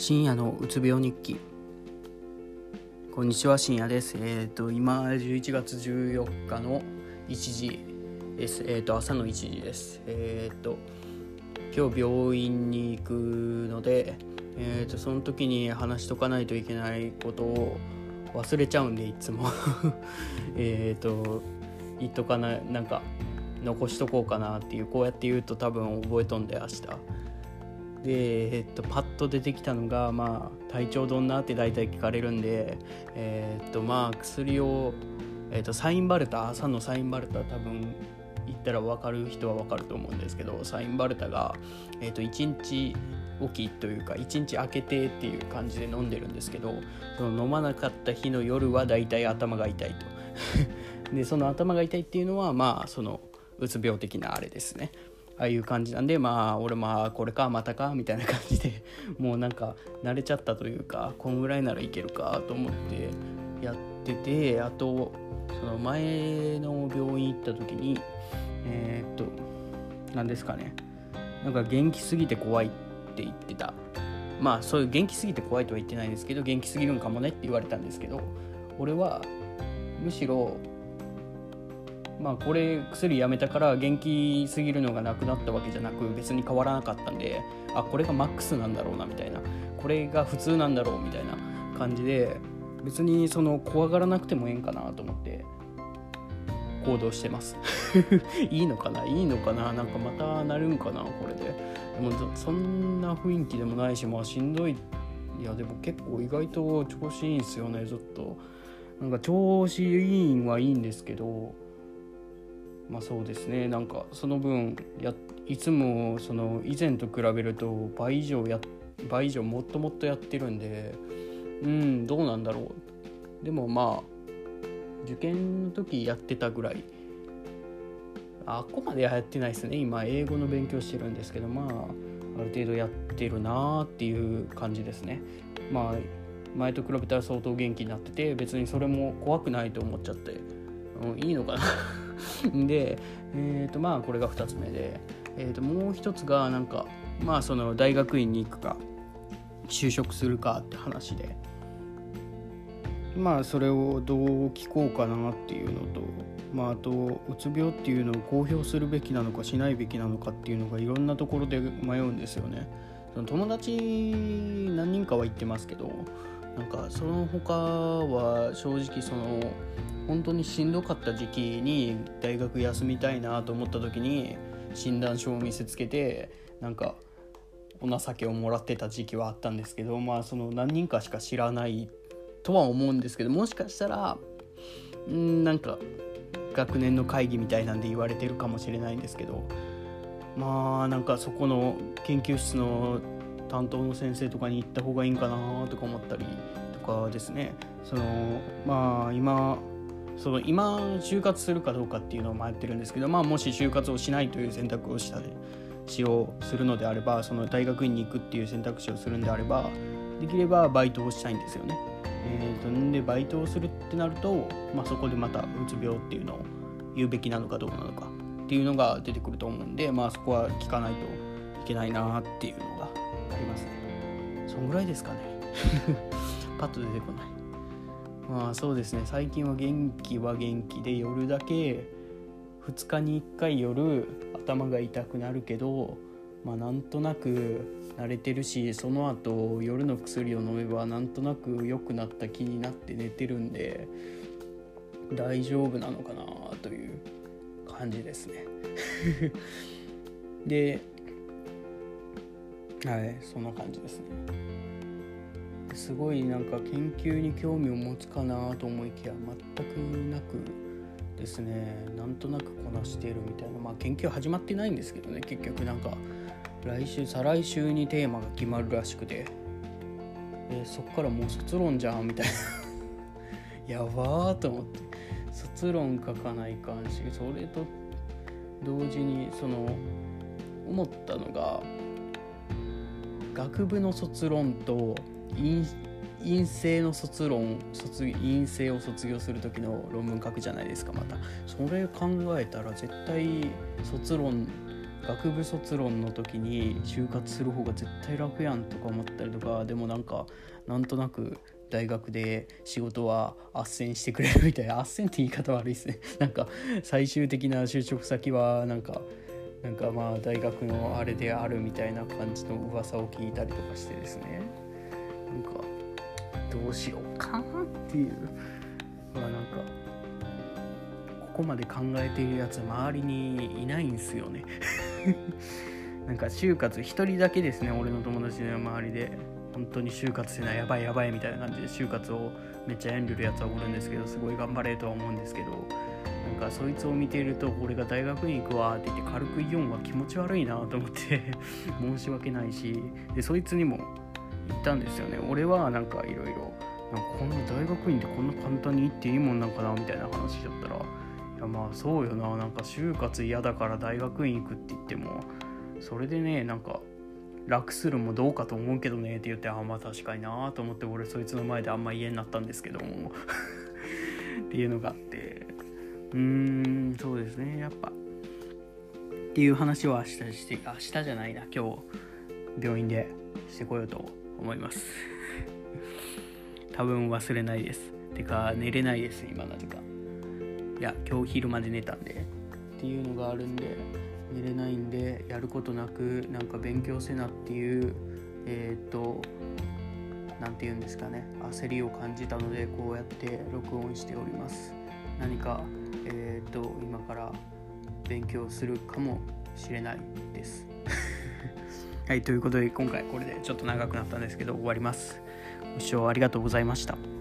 深夜のうつ病日記。こんにちは、深夜です。今11月14日の1時です。朝の1時です。今日病院に行くので、その時に話しとかないといけないことを忘れちゃうんで、いつも言っとかな、なんか残しとこうかなっていう、こうやって言うと多分覚えとんで明日で、パッと出てきたのが、体調どんなって大体聞かれるんで、薬を、サインバルタ、朝のサインバルタ、多分言ったら分かる人は分かると思うんですけど、サインバルタが、1日おきというか1日空けてっていう感じで飲んでるんですけど、その飲まなかった日の夜は大体頭が痛いとで、その頭が痛いっていうのはそのうつ病的なあれですね。ああいう感じなんで、俺これかまたかみたいな感じでもうなんか慣れちゃったというか、こんぐらいならいけるかと思ってやってて、あとその前の病院行った時に何ですかね、なんか元気すぎて怖いって言ってた。そういう元気すぎて怖いとは言ってないですけど、元気すぎるんかもねって言われたんですけど、俺はむしろこれ薬やめたから元気すぎるのがなくなったわけじゃなく、別に変わらなかったんで、これがマックスなんだろうなみたいな、これが普通なんだろうみたいな感じで、別にその怖がらなくてもええんかなと思って行動してますいいのかな、なんかまたなるんかなこれで。でもそんな雰囲気でもないし、しんどい。いやでも結構意外と調子いいんですよね。ずっとなんか調子いいんはいいんですけど、そうですね、なんかその分いつもその以前と比べると倍以上もっとやってるんで、どうなんだろう。でも受験の時やってたぐらい、ここまではやってないですね。今英語の勉強してるんですけど、ある程度やってるなっていう感じですね。前と比べたら相当元気になってて、別にそれも怖くないと思っちゃって、いいのかなで、これが2つ目で、もう一つがなんかその大学院に行くか就職するかって話で、それをどう聞こうかなっていうのと、あとうつ病っていうのを公表するべきなのかしないべきなのかっていうのがいろんなところで迷うんですよね。その友達何人かは言ってますけど、なんかその他は正直その本当にしんどかった時期に大学休みたいなと思った時に診断書を見せつけて、なんかお情けをもらってた時期はあったんですけど、その何人かしか知らないとは思うんですけど、もしかしたらなんか学年の会議みたいなんで言われてるかもしれないんですけど、なんかそこの研究室の担当の先生とかに行った方がいいんかなとか思ったりとかですね。今就活するかどうかっていうのを迷ってるんですけど、もし就活をしないという選択をするのであれば、その大学院に行くっていう選択肢をするんであれば、できればバイトをしたいんですよね。でバイトをするってなると、そこでまたうつ病っていうのを言うべきなのかどうなのかっていうのが出てくると思うんで、そこは聞かないといけないなっていうのがありますね。そんぐらいですかねパッと出てこない。そうですね、最近は元気で、夜だけ2日に1回夜頭が痛くなるけど、なんとなく慣れてるし、その後夜の薬を飲めばなんとなく良くなった気になって寝てるんで大丈夫なのかなという感じですねで、そんな感じですね。すごいなんか研究に興味を持つかなと思いきや全くなくですね、なんとなくこなしているみたいな。研究始まってないんですけどね、結局なんか再来週にテーマが決まるらしくて、そっからもう卒論じゃんみたいなやばーと思って、卒論書かないかんし、それと同時に思ったのが、学部の卒論と院生の院生を卒業する時の論文書くじゃないですか。またそれ考えたら絶対卒論学部卒論の時に就活する方が絶対楽やんとか思ったりとか、でもなんとなく大学で仕事は斡旋してくれるみたいな、斡旋って言い方悪いですねなんか最終的な就職先はなんかまあ大学のあれであるみたいな感じの噂を聞いたりとかしてですね、なんかどうしようかなっていう、まあなんかここまで考えているやつ周りにいないんすよねなんか就活一人だけですね、俺の友達の周りで本当に就活せなやばいみたいな感じで就活をめっちゃ病んでるやつはおるんですけど、すごい頑張れとは思うんですけど、なんかそいつを見ていると俺が大学院行くわって言って軽くイオンは気持ち悪いなと思って申し訳ないし、でそいつにも言ったんですよね。俺はなんかいろいろこんな大学院でこんな簡単に行っていいもんなんかなみたいな話しちゃったら、いやまあそうよな、なんか就活嫌だから大学院行くって言ってもそれでねなんか楽するもどうかと思うけどねって言って、まあ確かになと思って俺そいつの前であんま言えになったんですけどもっていうのがあって、そうですね、やっぱっていう話を明日じゃないな、今日病院でしてこようと思います多分忘れないです。てか寝れないです今なぜか。いや今日昼まで寝たんでっていうのがあるんで寝れないんで、やることなくなんか勉強せなっていうなんていうんですかね、焦りを感じたのでこうやって録音しております。何か今から勉強するかもしれないですはい、ということで今回これでちょっと長くなったんですけど終わります。ご視聴ありがとうございました。